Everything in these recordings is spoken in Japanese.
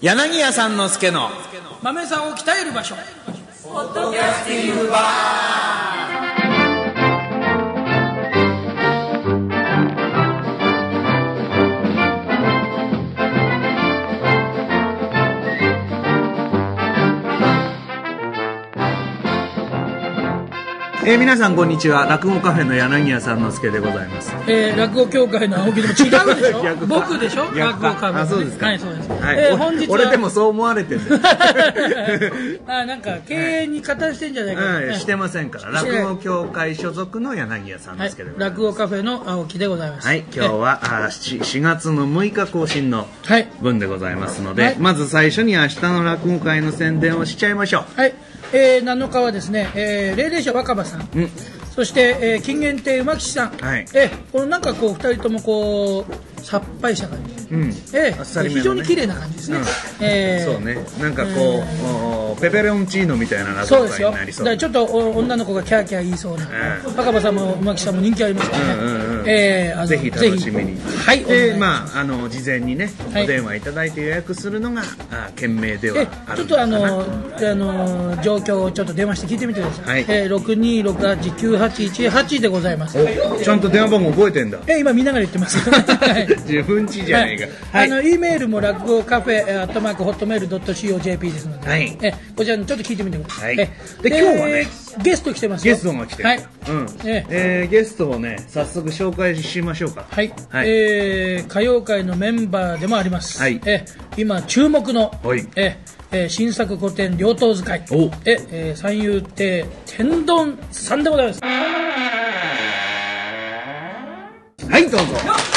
柳家さんの助の豆さんを鍛える場所、 ポッドキャスティングバ皆さんこんにちは。落語カフェの柳家さんの助でございます。 落語協会の青木でも違うでしょ僕でしょ、落語カフェ。 あ、そうですか。 はい、そうです。 はい、 本日は俺でもそう思われてるんだよなんか経営に加担してんじゃないかな、 はい、してませんから。落語協会所属の柳家さんの助でございます。 落語カフェの青木でございます。 はい、今日は4月の6日更新の分でございますので、 はい、 まず最初に明日の落語会の宣伝をしちゃいましょう。 はい、7日はですね、霊々者若葉さん、そして、金元亭馬吉さん、はい、このなんかこう2人ともこうさっぱりした感じ、非常に綺麗な感じですね。 そうね、なんかこう、ペペロンチーノみたいな落語会になりそう。 だからちょっと女の子がキャーキャー言いそうな、若葉さんも馬吉さんも人気ありますからね。ぜひ楽しみに。はい。 で、まあ事前にね、お電話いただいて予約するのが賢明ではある。 ちょっと状況をちょっと電話して聞いてみてください。62689818でございます。 ちゃんと電話番号覚えてんだ。 今見ながら言ってます。 自分ちじゃねえか。 E メールも落語カフェ@hotmail.co.jp ですので、こちらにちょっと聞いてみてください。で今日はね、 ゲスト来てますよ。 ゲストが来てる。ゲストをね、早速紹介しましょうか。 はい。歌謡界のメンバーでもあります。今注目の新作古典両刀使い、三遊亭天丼さんでございます。 はい、どうぞ。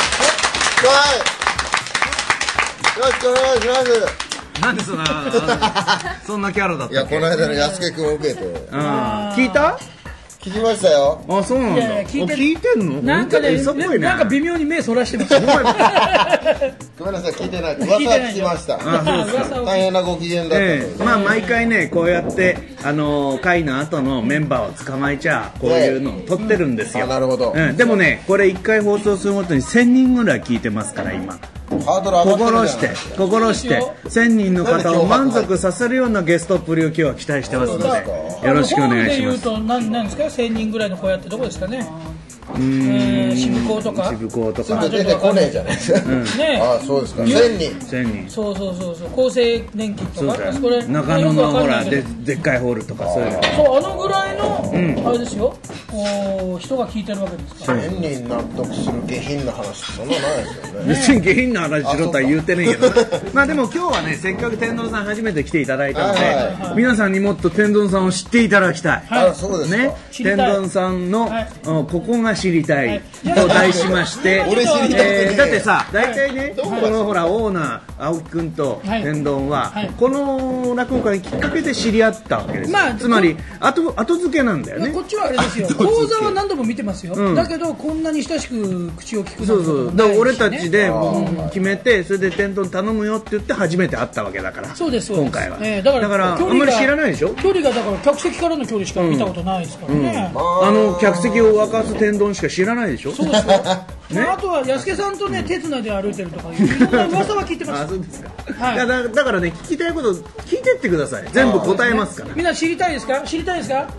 よろしくお願いします。 なんでそんなキャラだったっけ。 いや、この間の安家君を受けて。 聞いた？ 聞きましたよ。 あ、そうなんだ。聞いてんの？ なんかね、なんか微妙に目そらしてます。 ごめんなさい、聞いてない。噂は聞きました。大変なご機嫌だった。 まあ毎回ね、こうやって会の後のメンバーを捕まえちゃこういうのを撮ってるんですよ。 なるほど。 でもね、これ1回放送するごとに1000人ぐらい聞いてますから今。心して1000人の方を満足させるようなゲストっぷりを今日は期待してますので、よろしくお願いします。 ホームで言うと何ですか、1000人ぐらいの小屋ってどこですかね。渋港とか出てこねえじゃないですか。あ、そうですか。1000人。 そう厚生年金とか、 中野のほらでっかいホールとか、そういうの。 そう、ぐらいのあれですよ、人が聞いてるわけですから。 1000人納得する下品な話ってそんなないですよね。 別に下品な話しろとは言うてねえけど、まあでも今日はね、せっかく天丼さん初めて来ていただいたので、皆さんにもっと天丼さんを知っていただきたい。 そうですね。 天丼さんのここが知りたいと題しまして、だってさ、大体ね、このほらオーナー青木くんと天丼はこの落語会きっかけで知り合ったわけです。つまり後付けなんだよね。 こっちはあれですよ、講座は何度も見てますよ。だけどこんなに親しく口を聞くの。 だから俺たちで決めて、それで天丼頼むよって言って初めて会ったわけだから。 そうです、 今回は。 だからあんまり知らないでしょ。 距離がだから客席からの距離しか見たことないですからね。 客席を沸かす天丼しか知らないでしょ。 そうですよ。あとは安家さんとね、手つないで歩いてるとかいろんな噂は聞いてます。 あ、そうですか。だからね、聞きたいこと聞いてってください。全部答えますから。 みんな知りたいですか？知りたいですか？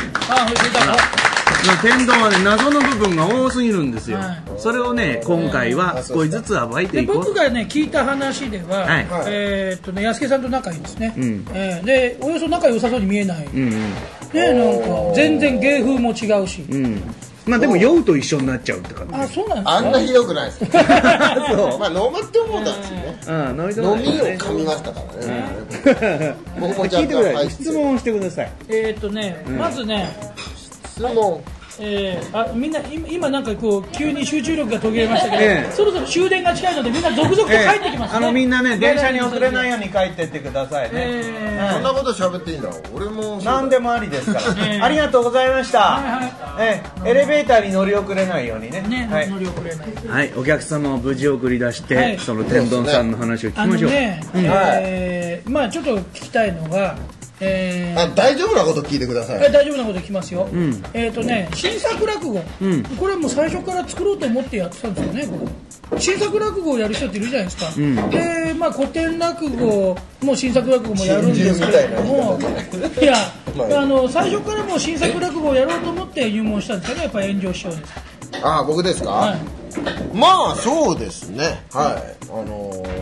天丼はね、謎の部分が多すぎるんですよ。それをね、今回は少しずつ暴いていこう。 僕がね、聞いた話では、安家さんと仲いいですね。で、およそ仲良さそうに見えない。なんか全然芸風も違うし。 まあでも酔うと一緒になっちゃうって感じ。 あ、そうなんですか。 あんなひどくないですよ。そう。まあ飲むって思ったんですよね。飲みを噛みましたからね。僕も聞いてください。質問をしてください。 まずね、 質問。 みんな今なんかこう急に集中力が途切れましたけど、そろそろ終電が近いのでみんな続々と帰ってきますね。 みんなね、電車に遅れないように帰ってってくださいね。 そんなこと喋っていいんだ。俺も何でもありですから。ありがとうございました。エレベーターに乗り遅れないようにね。 乗り遅れない。 はい、お客様を無事送り出して、その天丼さんの話を聞きましょう。 まあちょっと聞きたいのが、 大丈夫なこと聞いてください。 大丈夫なこと聞きますよ。新作落語、これもう最初から作ろうと思ってやってたんですよね。新作落語をやる人っているじゃないですか。で、古典落語も新作落語もやるんですけれども、いや、最初からもう新作落語をやろうと思って入門したんですよね。やっぱり炎上師匠です。 僕ですか。はい、まあそうですね。はい。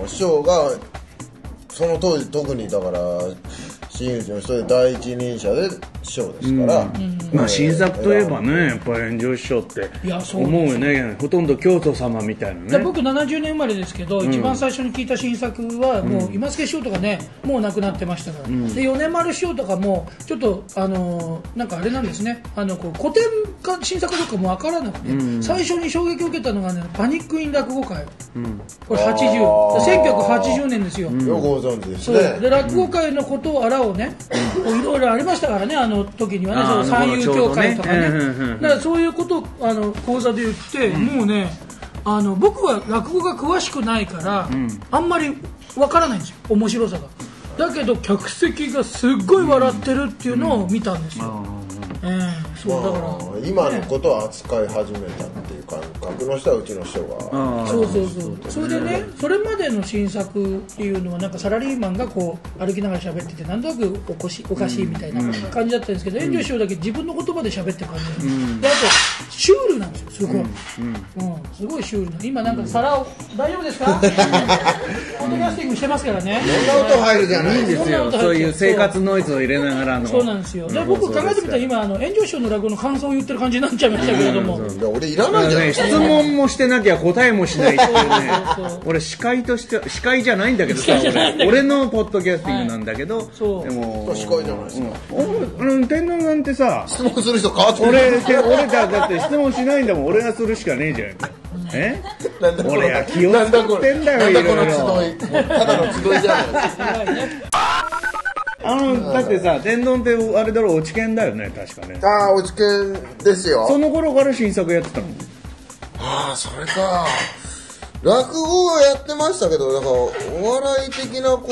師匠がその当時特にだから真打ちの人で第一人者で師匠ですから、 まあ新作といえばね、やっぱり炎上師匠って思うよね。ほとんど教祖様みたいなね。 僕70年生まれですけど、一番最初に聞いた新作はもう今助師匠とかね、もう亡くなってましたから、で米丸師匠とかもちょっとなんかあれなんですね、古典か新作とかも分からなくて、最初に衝撃を受けたのがね、パニックイン落語会、これ1980年ですよ。 よくご存知ですね。 で落語会のことをあらをね、いろいろありましたからね、あの時にはね、その三遊協会とかね、だからそういうことを講座で言って、もうね、僕は落語が詳しくないから、あんまりわからないんですよ、面白さが。だけど客席がすっごい笑ってるっていうのを見たんですよ。そうだから今のことを扱い始めたっていう感覚の人はうちの師匠が。 そうそれでね、それまでの新作っていうのはなんかサラリーマンがこう歩きながら喋っててなんとなくおかしいみたいな感じだったんですけど、炎上師匠だけ自分の言葉で喋ってる感じなんです。であとシュールなんですよ、すごい。すごいシュールな。今なんか皿を大丈夫ですか？ポッドキャスティングしてますからね。 そんな音入るじゃないんですよ。そういう生活ノイズを入れながらの。 そうなんですよ。で僕考えてみたら今炎上師匠の落語の感想を言ってる感じになっちゃいましたけれども、 俺いらないじゃない。 質問もしてなきゃ答えもしないっていうね。俺司会として司会じゃないんだけどさ、俺のポッドキャスティングなんだけど、 でも司会じゃないですか。 天皇なんてさ、 質問する人変わってる。 俺だって質問しないんだもん。俺がするしかねえじゃん。俺は気を使ってんだよ、いろいろ。 ただの集いじゃないですか。 だってさ、天丼ってあれだろ、落ち研だよね、確かね。 落ち研ですよ。 その頃から新作やってたの？ それか。落語はやってましたけど、だからお笑い的なこと、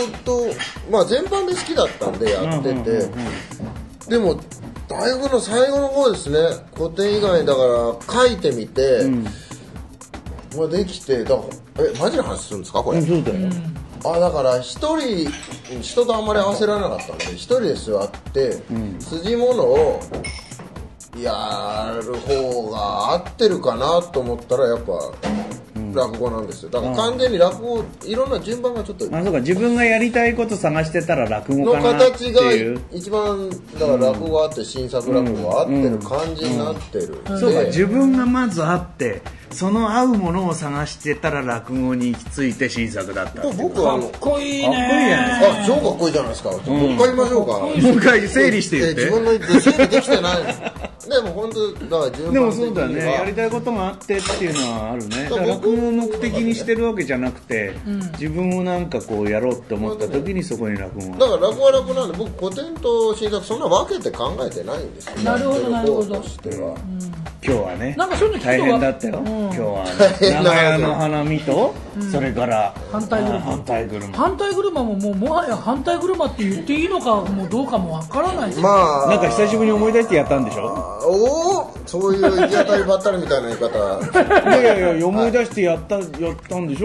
まあ全般で好きだったんでやってて、でも大学の最後の方ですね、古典以外だから書いてみて、できて、だからマジな話するんですかこれ？ そうだよ。 だから一人人とあんまり合わせられなかったんで、一人で座って、筋物をやる方が合ってるかなと思ったらやっぱ落語なんですよ。だから完全に落語、いろんな順番がちょっとそうか、自分がやりたいこと探してたら落語かなっていうの形が一番、だから落語があって新作落語が合ってる感じになってる。 そうか、自分がまずあってその合うものを探してたら落語に行き着いて新作だった。 僕はかっこいいね。 超かっこいいじゃないですか。もう一回言いましょうか。 もう一回整理して言って。 自分の言って整理できてない。でも本当だから順番的には。でもそうだね。やりたいことがあってっていうのはあるね。だから落語を目的にしてるわけじゃなくて、自分をなんかこうやろうって思った時にそこに落語が。 だから落語は落語なんで、僕古典と新作そんな分けて考えてないんですよ。 なるほどなるほど。 今日はね、 なんかそういうの聞くと大変だったよ。今日は長屋の花見と、それから反対車ももうもはや反対車って言っていいのかもうどうかもわからないです。 なんか久しぶりに思い出してやったんでしょ？ そういう行き当たりばったりみたいな言い方。 いや思い出してやったんでしょ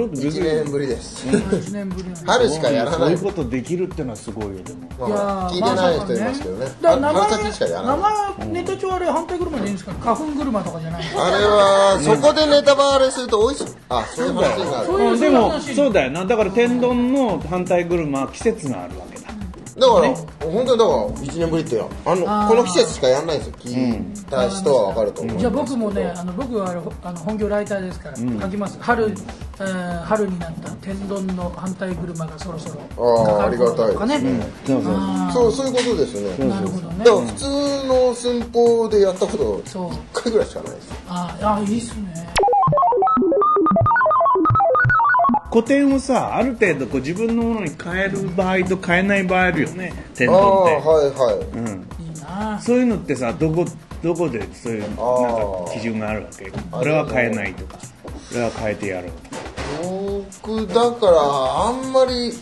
？1年ぶりです。 1年ぶり。 春しかやらない。 そういうことできるってのはすごいよ。でも聞いてない人いますけどね。春先しかやらない。 生ネタ帳あれ反対車でいいんですか？花粉車とかじゃない？ あれはそこでネタバレすると美味しい。そういう話になる。 でもそうだよな。だから天丼の反対車は季節があるわけだ。 だから本当にだから1年ぶりってこの季節しかやんないんですよ。聞いた人は分かると思う。 じゃあ僕もね、僕は本業ライターですから書きます。春になった天丼の反対車がそろそろありがたいですね。そういうことですね。 なるほどね。 だから普通の寸法でやったこと1回ぐらいしかないですよ。 いいっすね。 古典をさ、ある程度こう自分のものに変える場合と変えない場合あるよね、天丼って。 いいな。 そういうのってさ、どこでそういうなんか基準があるわけ？これは変えないとか、これは変えてやろうとか。 僕だからあんまり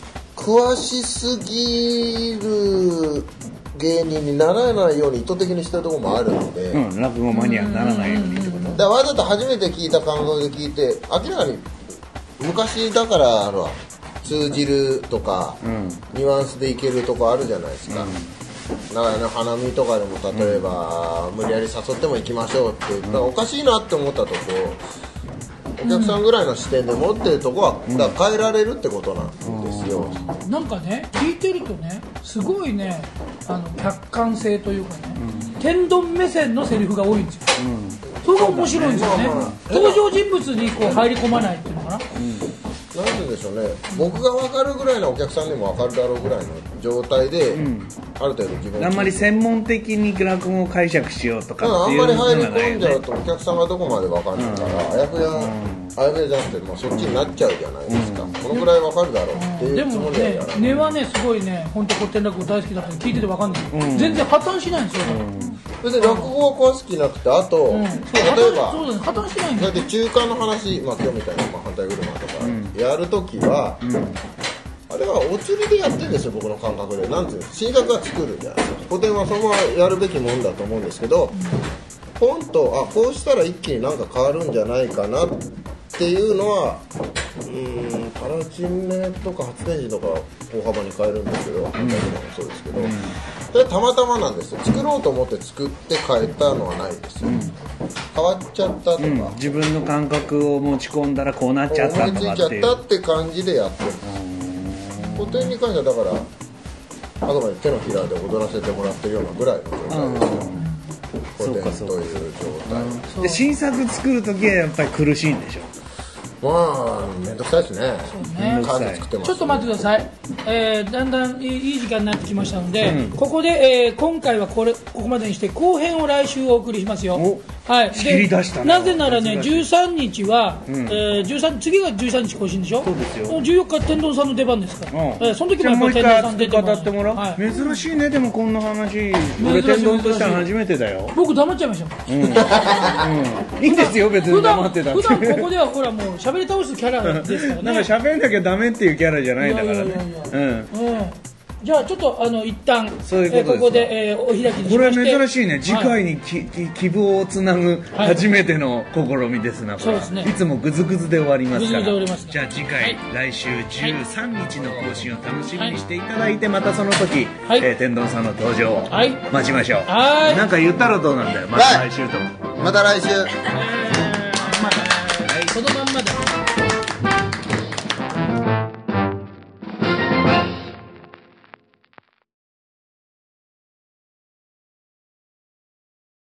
詳しすぎる芸人にならないように意図的にしてるところもあるので、 落語マニアにならないようにってこと。 だからわざと初めて聞いた感覚で聞いて、明らかに昔だから通じるとか、ニュアンスでいけるとこあるじゃないですか。だからね、花見とかでも例えば、無理やり誘っても行きましょうって言ったらおかしいなって思ったとこ、お客さんぐらいの視点で持ってるとこは、だから変えられるってことなんですよ。 なんかね、聞いてるとね、すごいね、客観性というかね、天丼目線のセリフが多いんですよ。それが面白いんですよね。登場人物にこう入り込まないっていうのかな。 なんて言うんでしょうね、僕が分かるぐらいのお客さんでも分かるだろうぐらいの状態で、ある程度自分あんまり専門的に落語を解釈しようとかっていうあんまり入り込んじゃうとお客さんがどこまで分かんないから、あやふやじゃなくて、そっちになっちゃうじゃないですか。このくらい分かるだろうっていうつもりでやらない。 根はね、すごいね、本当古典落語大好きだったんで聞いてて分かんない、全然破綻しないんですよ。 別に落語は好きなくて、あと、例えばそうだね、破綻しないんだって中間の話、今日みたいな反対車とかやるときは、あれはお釣りでやってるんですよ、僕の感覚で。なんていうの、新作は作るじゃないですか。古典はそのままやるべきもんだと思うんですけど、ポンとこうしたら一気になんか変わるんじゃないかなっていうのは、パラチネとか発電時とか大幅に変えるんですけど、反対車もそうですけど、それたまたまなんですよ。作ろうと思って作って変えたのはないですよ。変わっちゃったとか、 自分の感覚を持ち込んだらこうなっちゃったとかっていう、 思いついちゃったって感じでやってる。古典に関してはだからあくまで手のひらで踊らせてもらってるようなぐらいの状態ですよ。古典という状態で、新作作るときはやっぱり苦しいんでしょ。 まあ面倒くさいですね。数作ってます。 ちょっと待ってください。だんだんいい時間になってきましたので、ここで、今回はここまでにして後編を来週お送りしますよ。はい。 仕切り出したなぜならね、13日は、次が13日更新でしょ。 そうですよ。 14日天丼さんの出番ですから。その時もやっぱ天丼さん出てもらってもらう。 珍しいね、でもこんな話。俺天丼としては初めてだよ。 僕黙っちゃいました。 いいんですよ、別に黙ってたって。 普段ここではほらもう喋り倒すキャラですからね。 なんか喋んなきゃダメっていうキャラじゃないんだからね。 じゃあちょっと一旦ここでお開きにしまして、 これは珍しいね。次回に希望をつなぐ初めての試みですな。 そうですね。 いつもグズグズで終わりますから。 じゃあ次回来週13日の更新を楽しみにしていただいて、またその時天丼さんの登場を待ちましょう。なんか言ったらどうなんだよ。また来週と。 また来週。 そのまんまだ。